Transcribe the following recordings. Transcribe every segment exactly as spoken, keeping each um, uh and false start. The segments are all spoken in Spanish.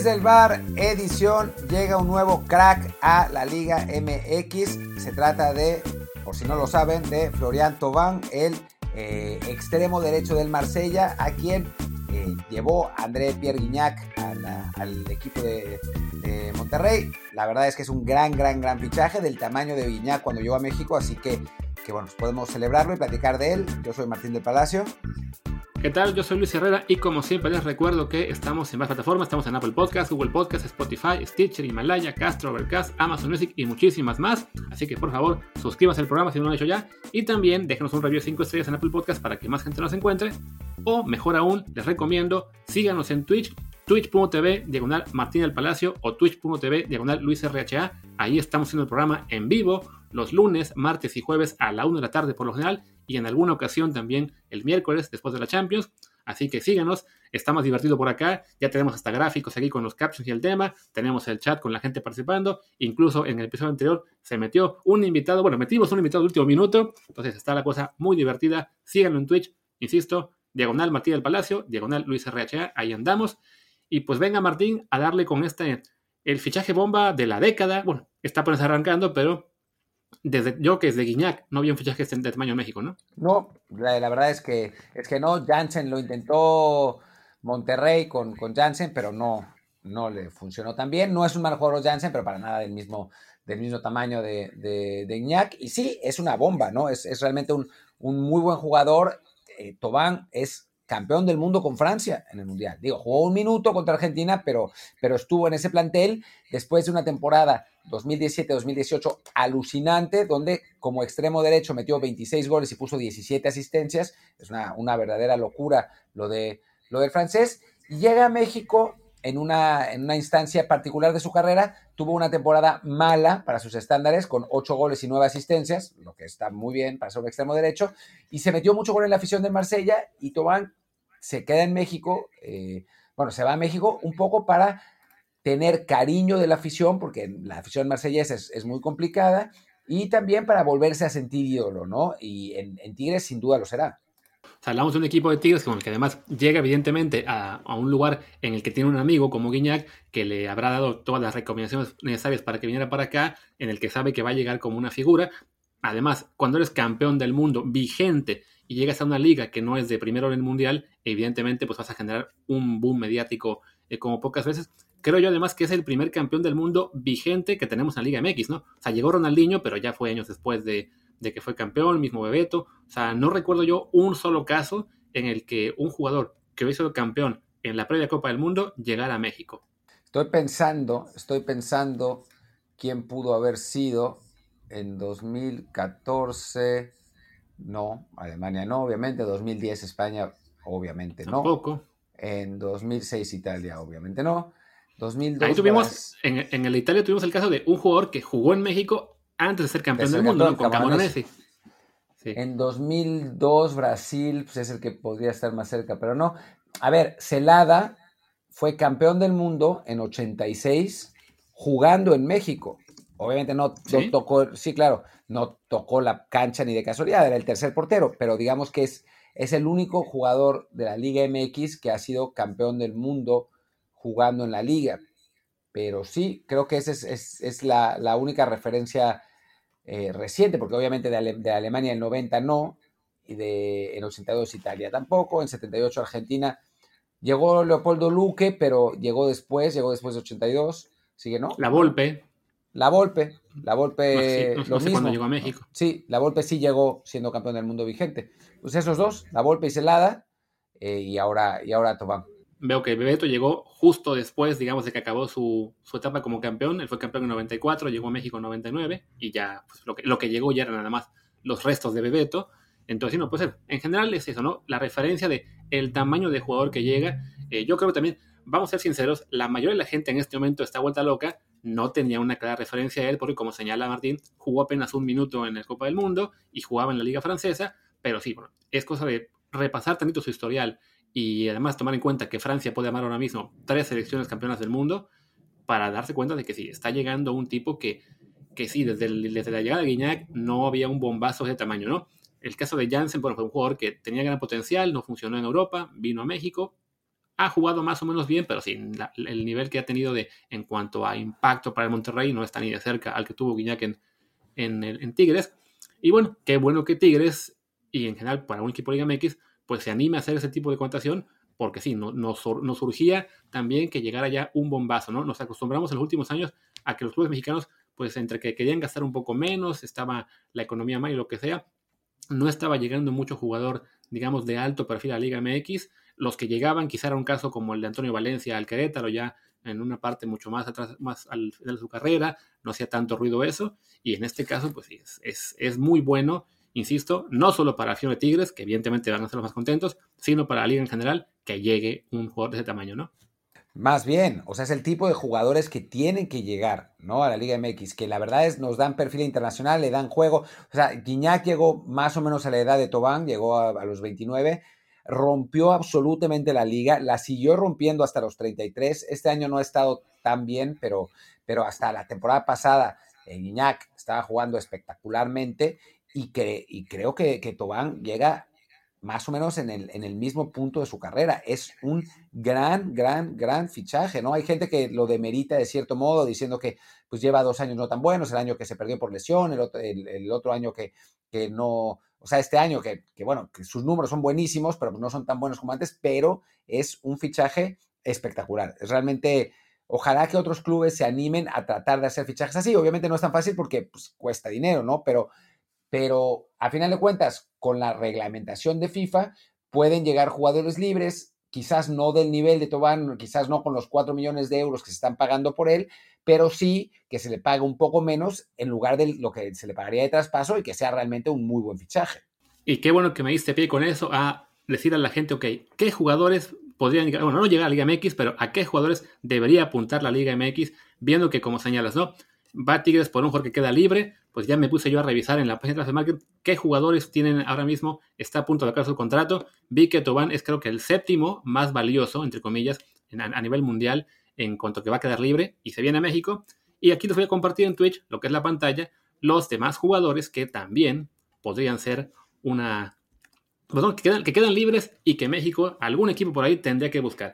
Desde el bar, edición, llega un nuevo crack a la Liga M X. Se trata de, por si no lo saben, de Florian Thauvin, el eh, extremo derecho del Marsella, a quien eh, llevó André Pierre Gignac a la, al equipo de, de Monterrey. La verdad es que es un gran, gran, gran fichaje del tamaño de Gignac cuando llegó a México, así que, que bueno, pues podemos celebrarlo y platicar de él. Yo soy Martín del Palacio. ¿Qué tal? Yo soy Luis Herrera y como siempre les recuerdo que estamos en varias plataformas. Estamos en Apple Podcasts, Google Podcasts, Spotify, Stitcher, Himalaya, Castro, Overcast, Amazon Music y muchísimas más. Así que por favor, suscríbanse al programa si no lo han hecho ya. Y también déjenos un review de cinco estrellas en Apple Podcasts para que más gente nos encuentre. O mejor aún, les recomiendo, síganos en Twitch, twitch.tv diagonal Martín del Palacio o twitch.tv diagonal Luis R H A. Ahí estamos haciendo el programa en vivo los lunes, martes y jueves a la una de la tarde por lo general, y en alguna ocasión también el miércoles después de la Champions. Así que síganos, está más divertido por acá, ya tenemos hasta gráficos aquí con los captions y el tema, tenemos el chat con la gente participando, incluso en el episodio anterior se metió un invitado, bueno, metimos un invitado de último minuto, entonces está la cosa muy divertida. Síganlo en Twitch, insisto, diagonal Martín del Palacio, diagonal Luis R H A, ahí andamos. Y pues venga Martín a darle con este, el fichaje bomba de la década, bueno, está apenas arrancando, pero desde yo que desde Gignac no había un fichaje de tamaño en México, ¿no? No, la, la verdad es que, es que no. Jansen lo intentó Monterrey con, con Jansen, pero no, no le funcionó tan bien. No es un mal jugador Jansen, pero para nada del mismo, del mismo tamaño de, de, de Gignac. Y sí, es una bomba, ¿no? Es, es realmente un, un muy buen jugador. Eh, Thauvin es campeón del mundo con Francia en el Mundial. Digo, jugó un minuto contra Argentina, pero, pero estuvo en ese plantel después de una temporada dos mil diecisiete dos mil dieciocho alucinante, donde como extremo derecho metió veintiséis goles y puso diecisiete asistencias. Es una, una verdadera locura lo, de, lo del francés. Y llega a México en una, en una instancia particular de su carrera. Tuvo una temporada mala para sus estándares, con ocho goles y nueve asistencias, lo que está muy bien para ser un extremo derecho, y se metió mucho gol en la afición de Marsella, y Thauvin se queda en México, eh, bueno, se va a México un poco para tener cariño de la afición, porque la afición marsellesa es, es muy complicada, y también para volverse a sentir ídolo, ¿no? Y en, en Tigres sin duda lo será. O sea, hablamos de un equipo de Tigres con el que además llega evidentemente a, a un lugar en el que tiene un amigo como Gignac, que le habrá dado todas las recomendaciones necesarias para que viniera para acá, en el que sabe que va a llegar como una figura. Además, cuando eres campeón del mundo vigente y llegas a una liga que no es de primero en el mundial, evidentemente pues vas a generar un boom mediático eh, como pocas veces. Creo yo además que es el primer campeón del mundo vigente que tenemos en la Liga M X, ¿no? O sea, llegó Ronaldinho, pero ya fue años después de, de que fue campeón, mismo Bebeto. O sea, no recuerdo yo un solo caso en el que un jugador que hubiese sido campeón en la previa Copa del Mundo llegara a México. Estoy pensando, estoy pensando quién pudo haber sido en dos mil catorce, no, Alemania no, obviamente, dos mil diez España, obviamente no. Tampoco. En dos mil seis Italia, obviamente no. dos mil dos Ahí tuvimos, Brasil. en, en el Italia tuvimos el caso de un jugador que jugó en México antes de ser campeón de ser del mundo, campeón, ¿no? Con Camoranesi. Sí. En dos mil dos Brasil pues es el que podría estar más cerca, pero no. A ver, Celada fue campeón del mundo en ochenta y seis jugando en México. Obviamente no, ¿sí? no tocó, sí, claro, no tocó la cancha ni de casualidad, era el tercer portero, pero digamos que es, es el único jugador de la Liga M X que ha sido campeón del mundo jugando en la liga. Pero sí, creo que esa es, es, es la, la única referencia eh, reciente, porque obviamente de, Ale, de Alemania en el noventa no, y de, en ochenta y dos Italia tampoco, en setenta y ocho Argentina llegó Leopoldo Luque, pero llegó después, llegó después de ochenta y dos, ¿sigue no? La Volpe. La Volpe, la Volpe, no, sí, no, lo no sé mismo. cuándo llegó a México. ¿No? Sí, la Volpe sí llegó siendo campeón del mundo vigente. Pues esos dos, la Volpe y Celada, eh, y ahora, y ahora Thauvin. Veo que Bebeto llegó justo después, digamos, de que acabó su, su etapa como campeón. Él fue campeón en noventa y cuatro, llegó a México en noventa y nueve, y ya pues, lo, que, lo que llegó ya eran nada más los restos de Bebeto. Entonces, sí, no puede ser. En general es eso, ¿no? La referencia de el tamaño de jugador que llega. Eh, yo creo que también, vamos a ser sinceros, la mayoría de la gente en este momento está vuelta loca, no tenía una clara referencia a él, porque como señala Martín, jugó apenas un minuto en la Copa del Mundo y jugaba en la Liga Francesa, pero sí, bueno, es cosa de repasar tantito su historial y además tomar en cuenta que Francia puede armar ahora mismo tres selecciones campeonas del mundo para darse cuenta de que sí, está llegando un tipo que, que sí, desde, el, desde la llegada de Gignac no había un bombazo de tamaño, ¿no? El caso de Jansen, bueno, fue un jugador que tenía gran potencial, no funcionó en Europa, vino a México, ha jugado más o menos bien, pero sí, la, el nivel que ha tenido de, en cuanto a impacto para el Monterrey no está ni de cerca al que tuvo Guiñac en, en, en Tigres. Y bueno, qué bueno que Tigres, y en general para un equipo de Liga M X, pues se anime a hacer ese tipo de contratación, porque sí, no, nos, nos surgía también que llegara ya un bombazo, ¿no? Nos acostumbramos en los últimos años a que los clubes mexicanos, pues entre que querían gastar un poco menos, estaba la economía mal y lo que sea, no estaba llegando mucho jugador, digamos, de alto perfil a la Liga M X. Los que llegaban, quizá era un caso como el de Antonio Valencia al Querétaro, ya en una parte mucho más atrás, más al final de su carrera, no hacía tanto ruido eso, y en este caso, pues sí, es, es, es muy bueno, insisto, no solo para la afición de Tigres, que evidentemente van a ser los más contentos, sino para la liga en general, que llegue un jugador de ese tamaño, ¿no? Más bien, o sea, es el tipo de jugadores que tienen que llegar, ¿no? A la Liga M X, que la verdad es, nos dan perfil internacional, le dan juego. O sea, Guiñac llegó más o menos a la edad de Tobán, llegó a, a los veintinueve, rompió absolutamente la liga, la siguió rompiendo hasta los treinta y tres. Este año no ha estado tan bien, pero, pero hasta la temporada pasada, eh, Guiñac estaba jugando espectacularmente y, que, y creo que, que Tobán llega más o menos en el, en el mismo punto de su carrera. Es un gran, gran, gran fichaje, ¿no? Hay gente que lo demerita de cierto modo, diciendo que pues lleva dos años no tan buenos, el año que se perdió por lesión, el otro, el, el otro año que, que no, o sea, este año que, que, bueno, que sus números son buenísimos, pero no son tan buenos como antes, pero es un fichaje espectacular. Es realmente, ojalá que otros clubes se animen a tratar de hacer fichajes así. Obviamente no es tan fácil porque pues, cuesta dinero, ¿no? Pero pero a final de cuentas, con la reglamentación de FIFA, pueden llegar jugadores libres, quizás no del nivel de Tobán, quizás no con los cuatro millones de euros que se están pagando por él, pero sí que se le pague un poco menos en lugar de lo que se le pagaría de traspaso y que sea realmente un muy buen fichaje. Y qué bueno que me diste pie con eso a decir a la gente, ok, ¿qué jugadores podrían llegar? Bueno, no llegar a la Liga M X, pero ¿a qué jugadores debería apuntar la Liga M X? Viendo que, como señalas, ¿no? Va Tigres por un jugador que queda libre, pues ya me puse yo a revisar en la página de Transfer Market qué jugadores tienen ahora mismo, está a punto de acabar su contrato. Vi que Tobán es creo que el séptimo más valioso, entre comillas, en, a nivel mundial, en cuanto que va a quedar libre y se viene a México. Y aquí les voy a compartir en Twitch, lo que es la pantalla, los demás jugadores que también podrían ser una... Pues no, que, quedan, que quedan libres y que México, algún equipo por ahí tendría que buscar.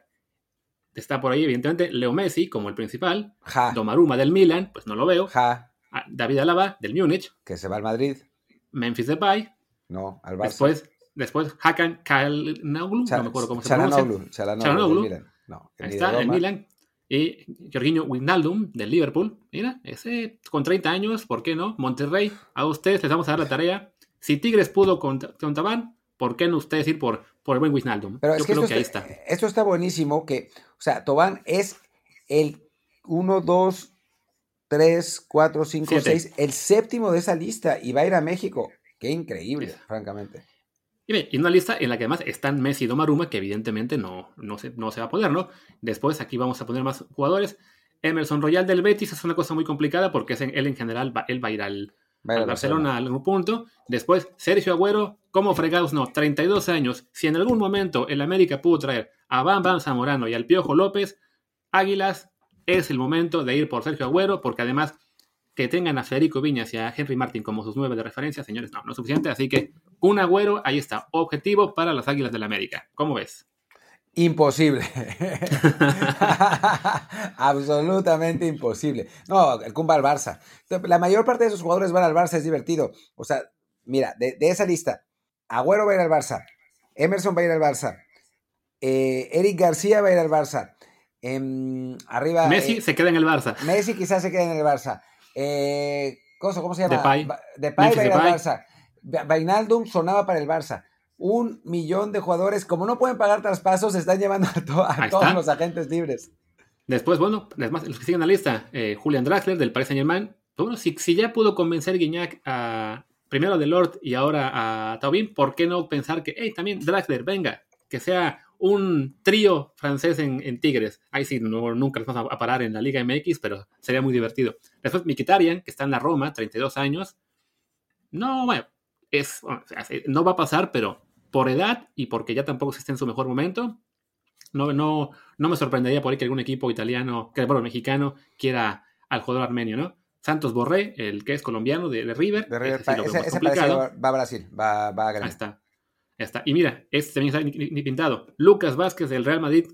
Está por ahí, evidentemente, Leo Messi como el principal. Ja. Donnarumma del Milan, pues no lo veo. Ja. David Alaba del Múnich. Que se va al Madrid. Memphis Depay. No, al Barça. Después, después Hakan Çalhanoğlu, no me acuerdo cómo se pronuncia. Çalhanoğlu. No, ahí está, el Milan. Y Jorginho Wijnaldum del Liverpool. Mira, ese con treinta años, ¿por qué no? Monterrey, a ustedes les vamos a dar la tarea. Si Tigres pudo con, con Tobán, ¿por qué no ustedes ir por, por el buen Wijnaldum? Pero Yo es que creo esto que está, ahí está. Esto está buenísimo, que, o sea, Tobán es el uno, dos, tres, cuatro, cinco, seis, el séptimo de esa lista y va a ir a México. Qué increíble, sí. francamente. Y, y una lista en la que además están Messi y Donnarumma, que evidentemente no, no, se, no se va a poder, ¿no? Después aquí vamos a poner más jugadores. Emerson Royal del Betis es una cosa muy complicada porque es en, él en general va, él va a ir al, va al Barcelona a algún punto. Después Sergio Agüero, ¿cómo fregados no? treinta y dos años. Si en algún momento el América pudo traer a Bam Bam Zamorano y al Piojo López, Águilas, es el momento de ir por Sergio Agüero, porque además que tengan a Federico Viñas y a Henry Martin como sus nueve de referencia, señores, no, no es suficiente. Así que un Agüero, ahí está, objetivo para las Águilas del América. ¿Cómo ves? Imposible. Absolutamente imposible. No, el Kun va al Barça. La mayor parte de esos jugadores van al Barça, es divertido. O sea, mira, de, de esa lista, Agüero va a ir al Barça, Emerson va a ir al Barça, eh, Eric García va a ir al Barça, eh, arriba... Messi eh, se queda en el Barça. Messi quizás se quede en el Barça. Eh, cosa, ¿Cómo se llama? Depay. Depay va a ir al Barça. Wijnaldum sonaba para el Barça. Un millón de jugadores, como no pueden pagar traspasos, se están llevando a, to- a todos los agentes libres. Después, bueno, además, los que siguen la lista, eh, Julian Draxler del Paris Saint-Germain. Bueno, si, si ya pudo convencer Guiñac a, primero a Delort y ahora a Taubín, ¿por qué no pensar que, hey, también Draxler, venga, que sea un trío francés en, en Tigres? Ahí sí, no, nunca les vamos a parar en la Liga M X, pero sería muy divertido. Después Mkhitaryan, que está en la Roma, treinta y dos años. No, bueno, es, no va a pasar, pero por edad y porque ya tampoco está en su mejor momento, no, no, no me sorprendería por ahí que algún equipo italiano, que bueno, mexicano, quiera al jugador armenio, ¿no? Santos Borré, el que es colombiano de, de River. De River, ese, sí ese, ese parece va, va a Brasil, va, va a ganar. Ahí está. Ahí está. Y mira, este también está ni, ni pintado. Lucas Vázquez del Real Madrid,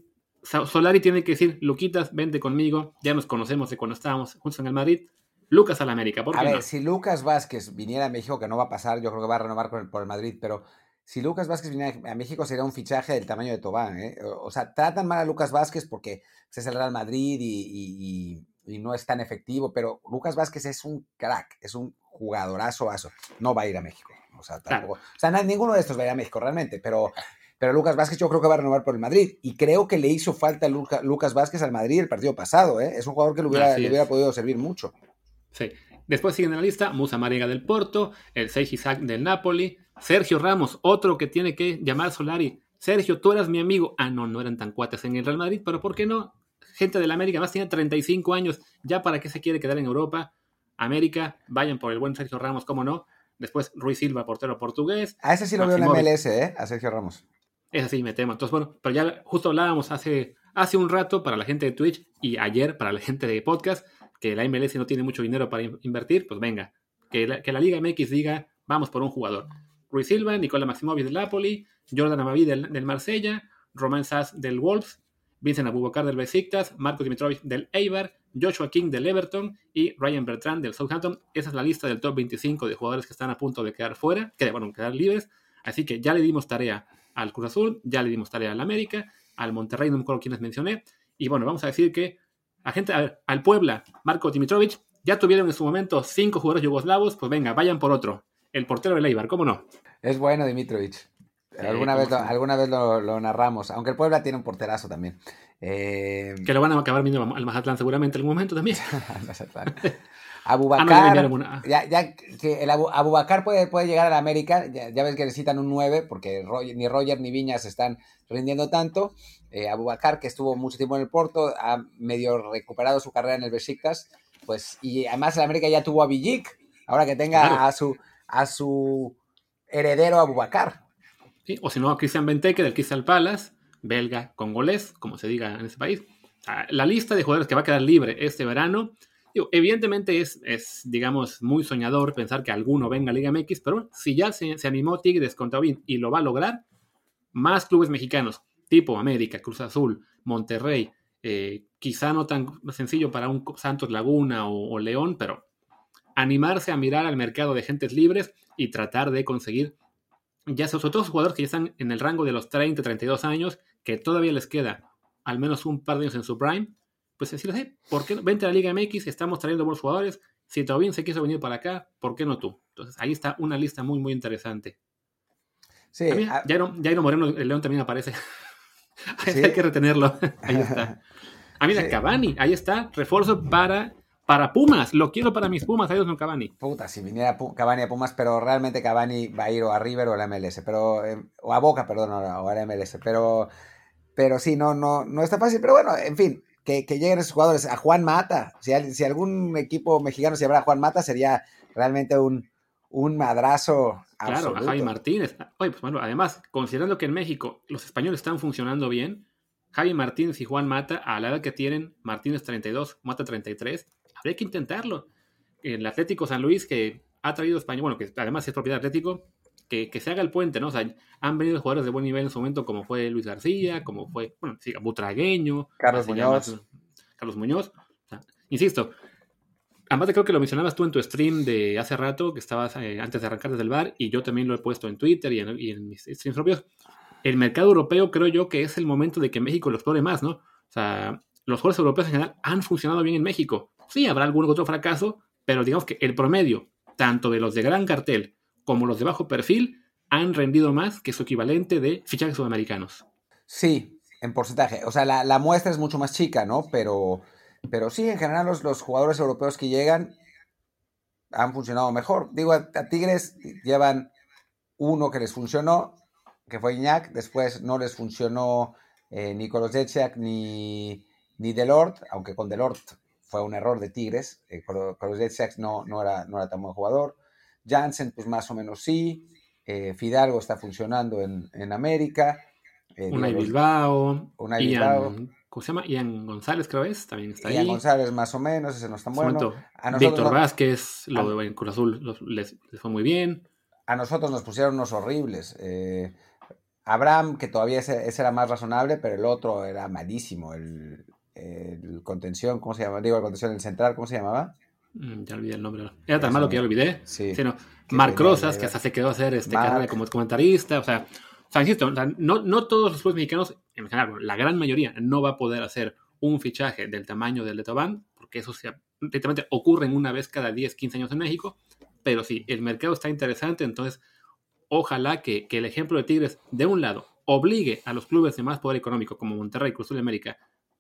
Solari tiene que decir, Luquitas, vente conmigo, ya nos conocemos de cuando estábamos juntos en el Madrid, Lucas al América, ¿por qué A ver, no? si Lucas Vázquez viniera a México, que no va a pasar, yo creo que va a renovar por el, por el Madrid, pero si Lucas Vázquez viniera a México sería un fichaje del tamaño de Tobán, ¿eh? O, o sea, tratan mal a Lucas Vázquez porque es el Real Madrid y, y, y, y no es tan efectivo, pero Lucas Vázquez es un crack, es un jugadorazo, aso. No va a ir a México, o sea, tampoco. Claro. O sea, no, ninguno de estos va a ir a México realmente, pero... Pero Lucas Vázquez yo creo que va a renovar por el Madrid. Y creo que le hizo falta a Luca, Lucas Vázquez al Madrid el partido pasado. ¿eh? Es un jugador que le hubiera, le hubiera podido servir mucho. Sí. Después siguen en la lista Musa Mariga del Porto, el Seiji Isaac del Napoli, Sergio Ramos, otro que tiene que llamar Solari. Sergio, tú eras mi amigo. Ah, no, no eran tan cuates en el Real Madrid, pero ¿por qué no? Gente del América, más tiene treinta y cinco años. ¿Ya para qué se quiere quedar en Europa? América, vayan por el buen Sergio Ramos, ¿cómo no? Después Ruiz Silva, portero portugués. A ese sí lo veo en la M L S, ¿eh? A Sergio Ramos. Es así, me temo. Entonces, bueno, pero ya justo hablábamos hace, hace un rato para la gente de Twitch y ayer para la gente de podcast que la M L S no tiene mucho dinero para invertir, pues venga, que la, que la Liga M X diga, vamos por un jugador. Ruiz Silva, Nicola Maximovic del Napoli, Jordan Amaví del, del Marsella, Romain Sass del Wolves, Vincent Aboubakar del Besiktas, Marco Dimitrovic del Eibar, Joshua King del Everton y Ryan Bertrand del Southampton. Esa es la lista del top veinticinco de jugadores que están a punto de quedar fuera, que bueno, quedar libres. Así que ya le dimos tarea al Cruz Azul, ya le dimos tarea al América, al Monterrey, no me acuerdo quiénes mencioné. Y bueno, vamos a decir que a gente, a ver, al Puebla, Marco Dimitrovic, ya tuvieron en su momento cinco jugadores yugoslavos, pues venga, vayan por otro. El portero del Eibar, ¿cómo no? Es bueno Dimitrovic. Sí, alguna, vez lo, alguna vez lo, lo narramos, aunque el Puebla tiene un porterazo también. Eh... Que lo van a acabar viendo al Mazatlán seguramente en algún momento también. Mazatlán. Abubakar, ah, no, ya, ya que el Abu, Abubakar puede, puede llegar a la América, ya, ya ves que necesitan un nueve, porque Roger, ni Roger ni Viñas están rindiendo tanto. Eh, Abubakar, que estuvo mucho tiempo en el Porto, ha medio recuperado su carrera en el Besiktas, pues, y además la América ya tuvo a Villic, ahora que tenga claro. a su a su heredero Abubakar. Sí, o si no, a Christian Benteke del Crystal Palace, belga congolés, como se diga en ese país. La lista de jugadores que va a quedar libre este verano. Digo, evidentemente es, es, digamos, muy soñador pensar que alguno venga a Liga M X, pero bueno, si ya se, se animó Tigres contra Ovin y lo va a lograr, más clubes mexicanos, tipo América, Cruz Azul, Monterrey, eh, quizá no tan sencillo para un Santos Laguna o, o León, pero animarse a mirar al mercado de gentes libres y tratar de conseguir, ya sobre todo los jugadores que ya están en el rango de los treinta, treinta y dos años, que todavía les queda al menos un par de años en su prime, pues decirles, hey, ¿por qué no? Vente a la Liga M X, estamos trayendo buenos jugadores, si Tobin se quiso venir para acá, ¿por qué no tú? Entonces ahí está una lista muy, muy interesante. Sí. También, a... Jairo, Jairo Moreno, el León también aparece. ¿Sí? Hay que retenerlo. Ahí está. Ah, mira, sí. Cavani, ahí está, refuerzo para, para Pumas, lo quiero para mis Pumas, ahí es un Cavani. Puta, si viniera Cavani a Pumas, pero realmente Cavani va a ir o a River o a la M L S, pero, eh, o a Boca, perdón, o a la M L S, pero, pero sí, no, no, no está fácil, pero bueno, en fin. Que, que lleguen esos jugadores, a Juan Mata, si, si algún equipo mexicano se llamara Juan Mata, sería realmente un, un madrazo claro, absoluto. A Javi Martínez. Oye, pues bueno, además, considerando que en México los españoles están funcionando bien, Javi Martínez y Juan Mata, a la edad que tienen, Martínez treinta y dos, Mata treinta y tres, habría que intentarlo. El Atlético San Luis, que ha traído España, bueno, que además es propiedad Atlético, que, que se haga el puente, ¿no? O sea, han venido jugadores de buen nivel en su momento, como fue Luis García, como fue, bueno, sí, Butragueño, Carlos Muñoz. Llama, Carlos Muñoz. O sea, insisto, además creo que lo mencionabas tú en tu stream de hace rato, que estabas eh, antes de arrancar desde el bar, y yo también lo he puesto en Twitter y en, y en mis streams propios. El mercado europeo creo yo que es el momento de que México lo explore más, ¿no? O sea, los jugadores europeos en general han funcionado bien en México. Sí, habrá algún otro fracaso, pero digamos que el promedio, tanto de los de gran cartel como los de bajo perfil, han rendido más que su equivalente de fichajes sudamericanos. Sí, en porcentaje. O sea, la, la muestra es mucho más chica, ¿no? Pero, pero sí, en general los, los jugadores europeos que llegan han funcionado mejor. Digo, a, a Tigres llevan uno que les funcionó, que fue Iñak. Después no les funcionó eh, ni Kolosechak ni, ni Delort, aunque con Delort fue un error de Tigres. Eh, Kolosechak no, no, era, no era tan buen jugador. Jansen, pues más o menos sí. Eh, Fidalgo está funcionando en, en América. Eh, Unai Bilbao. Unai Bilbao. Ian, ¿cómo se llama? Ian González, creo es. También está Ian ahí. Ian González, más o menos. Ese no es tan bueno. A Víctor no, Vázquez, lo de Cruz Azul les, les fue muy bien. A nosotros nos pusieron unos horribles. Eh, Abraham, que todavía ese, ese era más razonable, pero el otro era malísimo. El, el contención, ¿cómo se llama? Digo, el contención, el central, ¿cómo se llamaba? Mm, ya olvidé el nombre. Era tan malo Eso, que ya lo olvidé. sí, Sino que Marc tenía el, Rosas, que el hasta se quedó a hacer este, carrera Mark. como comentarista. O sea, o sea insisto, o sea, no, no todos los clubes mexicanos, en general, la gran mayoría, no va a poder hacer un fichaje del tamaño del de Thauvin, porque eso se, literalmente ocurre una vez cada diez, quince años en México. Pero sí, el mercado está interesante, entonces ojalá que, que el ejemplo de Tigres, de un lado, obligue a los clubes de más poder económico, como Monterrey, Cruz Azul y América,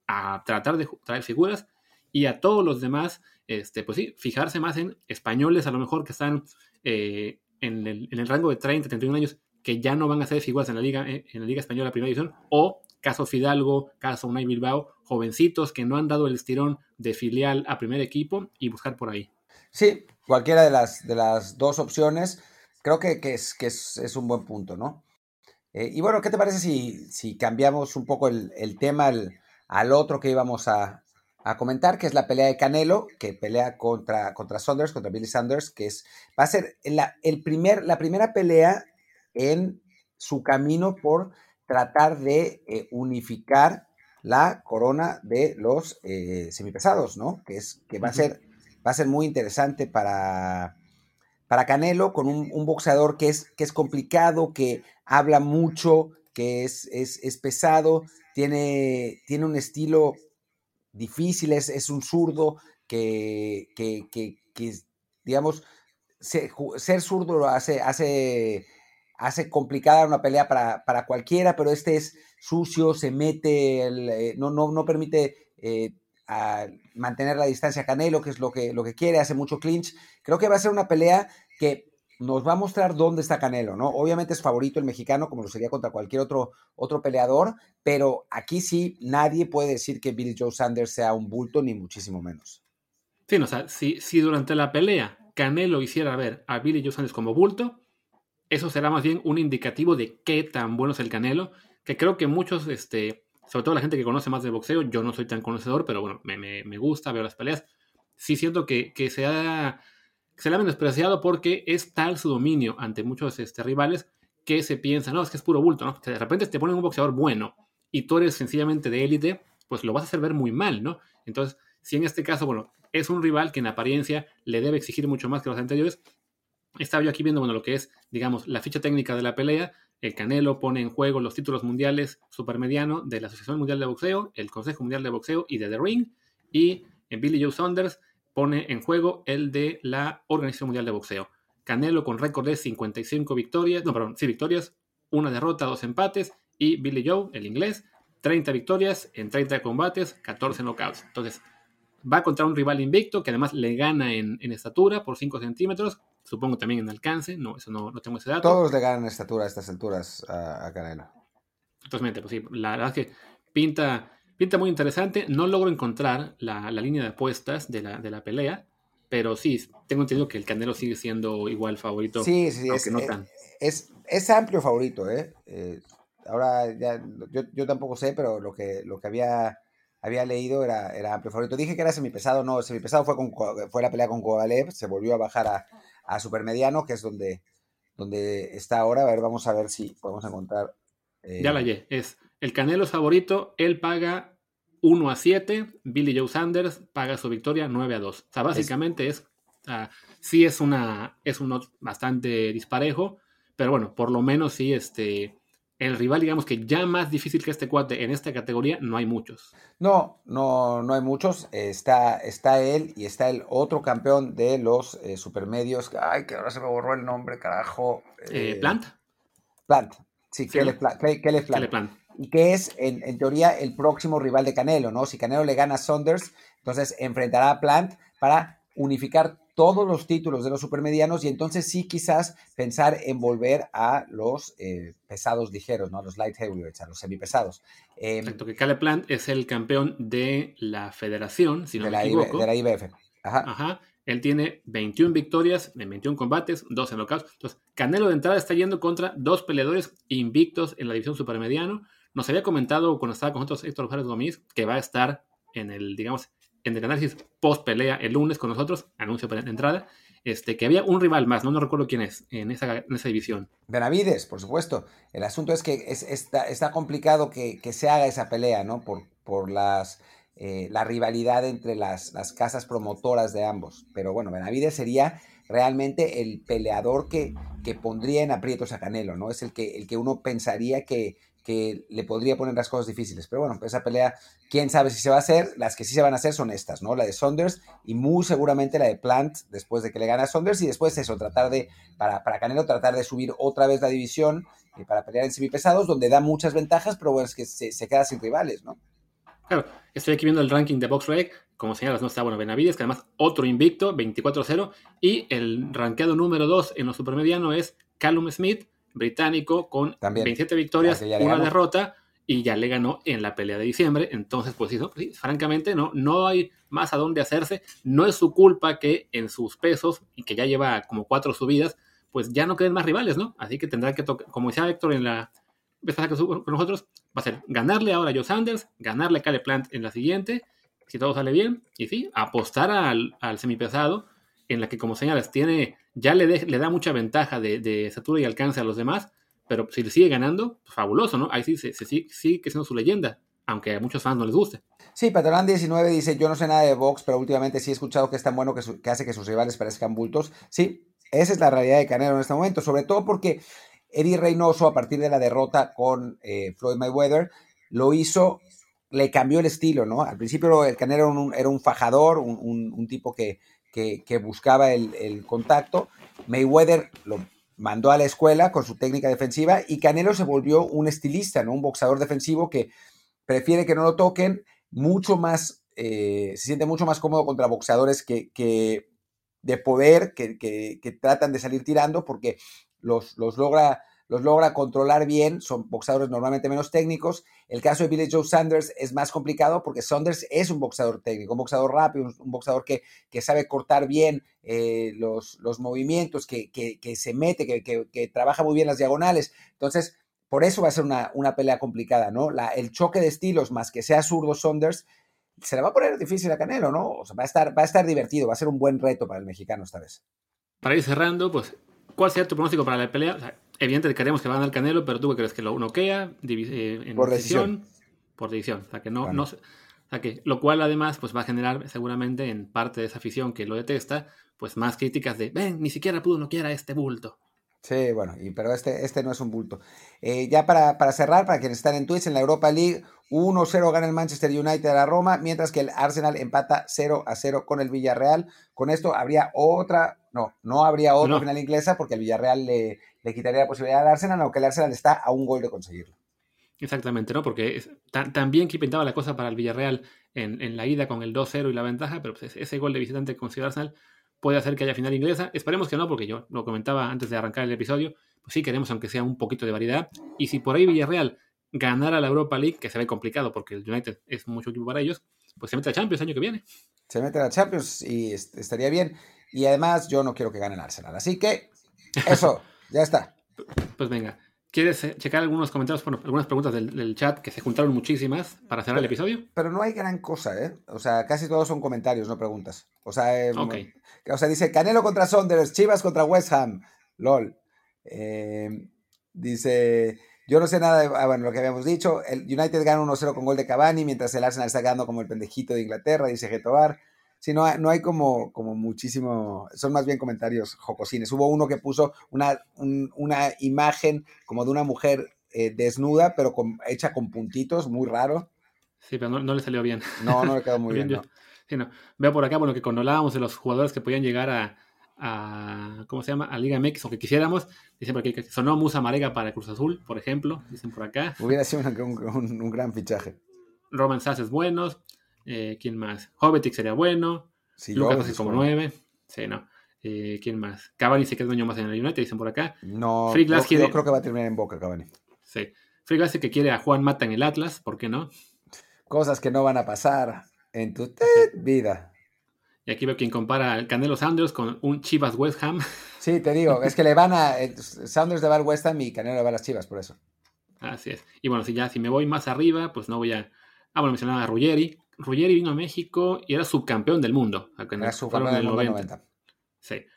a tratar de traer figuras, y a todos los demás, este, pues sí, fijarse más en españoles, a lo mejor que están eh, en, el, en el rango de treinta, treinta y un años, que ya no van a ser figuras en la Liga, en la Liga Española Primera División, o caso Fidalgo, caso Unai Bilbao, jovencitos que no han dado el estirón de filial a primer equipo, y buscar por ahí. Sí, cualquiera de las, de las dos opciones, creo que, que, es, que es, es un buen punto, ¿no? Eh, y bueno, ¿qué te parece si, si cambiamos un poco el, el tema al, al otro que íbamos a, a comentar, que es la pelea de Canelo, que pelea contra, contra Saunders, contra Billy Saunders, que es, va a ser la, el primer, la primera pelea en su camino por tratar de eh, unificar la corona de los eh, semipesados, ¿no? Que, es, que va, a ser, va a ser muy interesante para, para Canelo, con un, un boxeador que es, que es complicado, que habla mucho, que es, es, es pesado, tiene, tiene un estilo difícil, es, es un zurdo que, que, que, que digamos, se, ser zurdo lo hace, hace, hace complicada una pelea para, para cualquiera, pero este es sucio, se mete, el, eh, no, no, no permite eh, a mantener la distancia a Canelo, que es lo que, lo que quiere, hace mucho clinch. Creo que va a ser una pelea que nos va a mostrar dónde está Canelo, ¿no? Obviamente es favorito el mexicano, como lo sería contra cualquier otro, otro peleador, pero aquí sí nadie puede decir que Billy Joe Saunders sea un bulto, ni muchísimo menos. Sí, no, o sea, si, si durante la pelea Canelo hiciera ver a Billy Joe Saunders como bulto, eso será más bien un indicativo de qué tan bueno es el Canelo, que creo que muchos, este, sobre todo la gente que conoce más de boxeo, yo no soy tan conocedor, pero bueno, me, me, me gusta, veo las peleas, sí siento que, que se ha, se le ha menospreciado porque es tal su dominio ante muchos este, rivales que se piensa, no, es que es puro bulto, ¿no? Que de repente te ponen un boxeador bueno y tú eres sencillamente de élite, pues lo vas a hacer ver muy mal, ¿no? Entonces, si en este caso, bueno, es un rival que en apariencia le debe exigir mucho más que los anteriores, estaba yo aquí viendo, bueno, lo que es, digamos, la ficha técnica de la pelea. El Canelo pone en juego los títulos mundiales supermediano de la Asociación Mundial de Boxeo, el Consejo Mundial de Boxeo y de The Ring. Y en Billy Joe Saunders pone en juego el de la Organización Mundial de Boxeo. Canelo con récord de cincuenta y cinco victorias, no, perdón, sí victorias, una derrota, dos empates. Y Billy Joe, el inglés, treinta victorias en treinta combates, catorce knockouts. Entonces, va contra un rival invicto que además le gana en, en estatura por cinco centímetros, supongo también en alcance, no, eso no, no tengo ese dato. Todos le ganan estatura a estas alturas a, a Canelo. Entonces, pues sí, la verdad es que pinta, pinta muy interesante. No logro encontrar la, la línea de apuestas de la, de la pelea, pero sí, tengo entendido que el Canelo sigue siendo igual favorito, Sí, sí, aunque es, no es, tan. es, es amplio favorito, ¿eh? eh ahora ya, yo, yo tampoco sé, pero lo que, lo que había, había leído era, era amplio favorito. Dije que era semipesado, no, semipesado fue, con, fue la pelea con Kovalev, se volvió a bajar a, a supermediano, que es donde, donde está ahora. A ver, vamos a ver si podemos encontrar. Ya la Eh... hallé, es el Canelo es favorito, él paga uno a siete, Billy Joe Saunders paga su victoria nueve a dos. O sea, básicamente es, es uh, sí es una es un bastante disparejo, pero bueno, por lo menos sí este el rival, digamos que ya más difícil que este cuate en esta categoría, no hay muchos. No, no, no hay muchos. Eh, está, está él y está el otro campeón de los eh, supermedios. Ay, que ahora se me borró el nombre, carajo. Eh, Eh, Plant. Plant. Sí, ¿Sí, Caleb no? Plant. Caleb Plant. Plant. Y que es, en, en, teoría, el próximo rival de Canelo, ¿no? Si Canelo le gana a Saunders, entonces enfrentará a Plant para unificar todos los títulos de los supermedianos y entonces sí quizás pensar en volver a los eh, pesados ligeros, ¿no? A los light heavyweights, a los semipesados. Eh, Exacto, que Caleb Plant es el campeón de la federación, si no de me la equivoco. I B, de la I B F. Ajá. Ajá. Él tiene veintiuna victorias en veintiún combates, doce knockouts. Entonces, Canelo de entrada está yendo contra dos peleadores invictos en la división supermediano. Nos había comentado cuando estaba con nosotros Héctor Juárez Gómez que va a estar en el, digamos, en el análisis post pelea el lunes con nosotros, anuncio de entrada. este, que había un rival más, no, no recuerdo quién es, en esa, en esa división. Benavides, por supuesto. El asunto es que es, está, está complicado que, que se haga esa pelea, ¿no? Por, por las, eh, la rivalidad entre las, las casas promotoras de ambos. Pero bueno, Benavides sería realmente el peleador que, que pondría en aprietos a Canelo, ¿no? Es el que, el que uno pensaría que, que le podría poner las cosas difíciles. Pero bueno, esa pelea, quién sabe si se va a hacer. Las que sí se van a hacer son estas, ¿no? La de Saunders y muy seguramente la de Plant después de que le gane a Saunders, y después eso, tratar de, para, para Canelo, tratar de subir otra vez la división eh, para pelear en semipesados, donde da muchas ventajas, pero bueno, es que se, se queda sin rivales, ¿no? Claro, estoy aquí viendo el ranking de BoxRec, como señalas, no está, bueno, Benavides, que además otro invicto, veinticuatro cero, y el rankeado número dos en los supermediano es Callum Smith, británico, con También. veintisiete victorias, una ganó. derrota, y ya le ganó en la pelea de diciembre. Entonces, pues sí, sí, francamente, no, no hay más a dónde hacerse. No es su culpa que en sus pesos, y que ya lleva como cuatro subidas, pues ya no queden más rivales, ¿no? Así que tendrá que tocar, como decía Héctor en la vez pasada que con nosotros, va a ser ganarle ahora a Joe Sanders, ganarle a Caleb Plant en la siguiente, si todo sale bien, y sí, apostar al, al semipesado, en la que, como señalas, tiene, ya le, de, le da mucha ventaja de, de estatura y alcance a los demás, pero si le sigue ganando, pues fabuloso, ¿no? Ahí sí, sí, sí, sí, sí que siendo su leyenda, aunque a muchos fans no les guste. Sí, Patrón diecinueve dice, yo no sé nada de box, pero últimamente sí he escuchado que es tan bueno que, su, que hace que sus rivales parezcan bultos. Sí, esa es la realidad de Canelo en este momento, sobre todo porque Eddie Reynoso, a partir de la derrota con eh, Floyd Mayweather, lo hizo, le cambió el estilo, ¿no? Al principio el Canelo era un, era un fajador, un, un, un tipo que, que, que buscaba el, el contacto. Mayweather lo mandó a la escuela con su técnica defensiva y Canelo se volvió un estilista, ¿no? Un boxeador defensivo que prefiere que no lo toquen, mucho más, eh, se siente mucho más cómodo contra boxeadores que, que de poder, que, que, que tratan de salir tirando porque los, los, logra, los logra controlar bien, son boxeadores normalmente menos técnicos. El caso de Billy Joe Saunders es más complicado porque Saunders es un boxeador técnico, un boxeador rápido, un, un boxeador que, que sabe cortar bien eh, los, los movimientos, que, que, que se mete, que, que, que trabaja muy bien las diagonales. Entonces, por eso va a ser una, una pelea complicada, ¿no? La, el choque de estilos, más que sea zurdo Saunders, se le va a poner difícil a Canelo, ¿no? O sea, va a estar, va a estar divertido, va a ser un buen reto para el mexicano esta vez. Para ir cerrando, pues, ¿cuál sería tu pronóstico para la pelea? O sea, evidentemente queremos que va a ganar Canelo, pero tú qué crees, que lo noquea eh, en por decisión. decisión. Por decisión. O sea, que no, bueno. no, o sea, que lo cual además pues va a generar seguramente en parte de esa afición que lo detesta, pues más críticas de, ven, ni siquiera pudo noquear a este bulto. Sí, bueno, y, pero este, este no es un bulto. Eh, ya para, para cerrar, para quienes están en Twitch, en la Europa League, uno cero gana el Manchester United a la Roma, mientras que el Arsenal empata cero a cero con el Villarreal. Con esto habría otra, no, no habría otra no. final inglesa, porque el Villarreal le, le quitaría la posibilidad al Arsenal, aunque el Arsenal está a un gol de conseguirlo. Exactamente, ¿no? Porque es, tan, tan bien que pintaba la cosa para el Villarreal en, en la ida con el dos cero y la ventaja, pero pues ese gol de visitante que consiguió Arsenal puede hacer que haya final inglesa. Esperemos que no, porque yo lo comentaba antes de arrancar el episodio, pues sí queremos aunque sea un poquito de variedad. Y si por ahí Villarreal ganara la Europa League, que se ve complicado porque el United es mucho equipo para ellos, pues se mete a Champions el año que viene. Se mete a Champions y est- estaría bien. Y además yo no quiero que gane el Arsenal. Así que eso, ya está. Pues venga. ¿Quieres checar algunos comentarios, bueno, algunas preguntas del, del chat, que se juntaron muchísimas para cerrar pero, el episodio? Pero no hay gran cosa, ¿eh? O sea, casi todos son comentarios, no preguntas. O sea, eh, okay. o sea dice Canelo contra Saunders, Chivas contra West Ham, lol. Eh, dice, yo no sé nada de, ah, bueno, lo que habíamos dicho, el United gana uno cero con gol de Cavani, mientras el Arsenal está ganando como el pendejito de Inglaterra, dice Getobar. Sí, no hay, no hay como, como muchísimo, son más bien comentarios jocosines. Hubo uno que puso una, un, una imagen como de una mujer eh, desnuda, pero con, hecha con puntitos, muy raro. Sí, pero no, no le salió bien. No, no le quedó muy bien, bien no. Yo, sí, no. Veo por acá, bueno, que cuando hablábamos de los jugadores que podían llegar a, a ¿cómo se llama? A Liga M X o que quisiéramos, dicen por aquí que sonó Musa Marega para Cruz Azul, por ejemplo, dicen por acá. Hubiera sido un, un, un gran fichaje. Roman Sass es bueno. Eh, ¿Quién más? Jovetic sería bueno. Sí, Lucas es como nueve. Sí, no. Eh, ¿Quién más? Cavani se queda un año más en el United, dicen por acá. No, Free Glass yo, quiere... yo creo que va a terminar en Boca, Cavani. Sí. Free Glass dice que quiere a Juan Mata en el Atlas, ¿por qué no? Cosas que no van a pasar en tu te- vida. Y aquí veo quien compara al Canelo Sanders con un Chivas West Ham. Sí, te digo, es que le van a... Sanders le va al West Ham y Canelo le va a las Chivas, por eso. Así es. Y bueno, si ya si me voy más arriba, pues no voy a... Ah, bueno, mencionaba a Ruggeri. Ruggeri vino a México y era subcampeón del mundo. Era subcampeón del mundo noventa. Sí.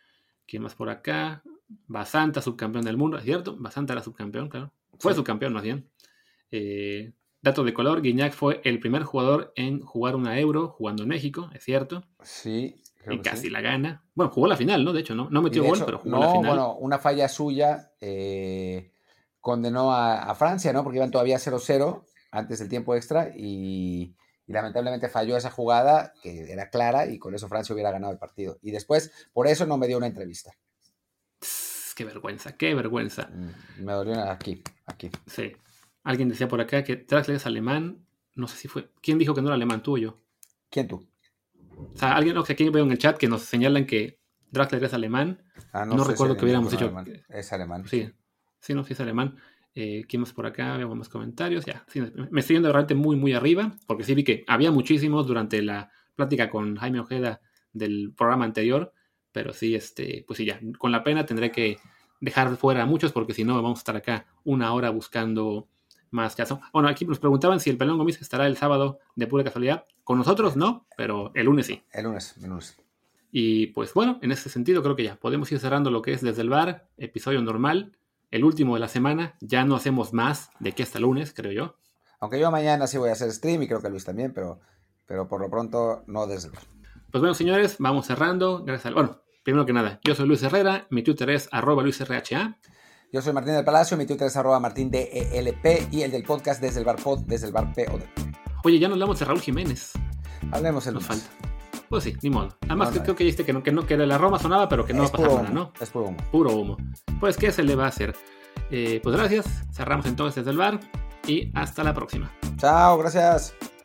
¿Quién más por acá? Basanta, subcampeón del mundo, ¿es cierto? Basanta era subcampeón, claro. Fue sí. subcampeón más bien. Eh, dato de color, Guignac fue el primer jugador en jugar una Euro jugando en México, ¿es cierto? Sí. Y casi sí. la gana. Bueno, jugó la final, ¿no? De hecho, no, no metió gol, hecho, pero jugó no, la final. Bueno, una falla suya eh, condenó a, a Francia, ¿no? Porque iban todavía cero cero antes del tiempo extra y, y lamentablemente falló esa jugada que era clara y con eso Francia hubiera ganado el partido. Y después, por eso no me dio una entrevista. Qué vergüenza, qué vergüenza. Me dolió aquí, aquí. Sí. Alguien decía por acá que Draxler es alemán. No sé si fue. ¿Quién dijo que no era alemán, tú o yo? ¿Quién tú? O sea, alguien, o sea, aquí veo en el chat que nos señalan que Draxler es alemán. Ah, no no sé recuerdo si que hubiéramos dicho. Alemán. Es alemán. Sí, sí, no, sí es alemán. Eh, ¿Quién más por acá? Veo más comentarios. Ya, sí, me estoy yendo realmente muy, muy arriba, porque sí vi que había muchísimos durante la plática con Jaime Ojeda del programa anterior, pero sí, este, pues sí, ya, con la pena tendré que dejar fuera a muchos, porque si no vamos a estar acá una hora buscando más caso. Bueno, aquí nos preguntaban si el Pelón Gómez estará el sábado de pura casualidad. Con nosotros no, pero el lunes sí. El lunes, el lunes. Y pues bueno, en ese sentido creo que ya podemos ir cerrando lo que es Desde el Bar, episodio normal, el último de la semana. Ya no hacemos más de que hasta el lunes, creo yo. Aunque yo mañana sí voy a hacer stream y creo que Luis también, pero, pero por lo pronto no Desde el Bar. Pues bueno, señores, vamos cerrando. Gracias al... Bueno, primero que nada, yo soy Luis Herrera, mi Twitter es arroba luisrha. Yo soy Martín del Palacio, mi Twitter es arroba martindelp y el del podcast Desde el Bar Pod, Desde el Bar P O D. Oye, ya nos hablamos de Raúl Jiménez. Hablemos el Nos lunes. falta. Pues sí, ni modo. Además, No, que, no, creo que dijiste que no, que no, que la Roma sonaba, pero que no va a pasar nada, ¿no? Es puro humo. Puro humo. Pues, ¿qué se le va a hacer? Eh, pues gracias. Cerramos entonces Desde el Bar y hasta la próxima. Chao, gracias.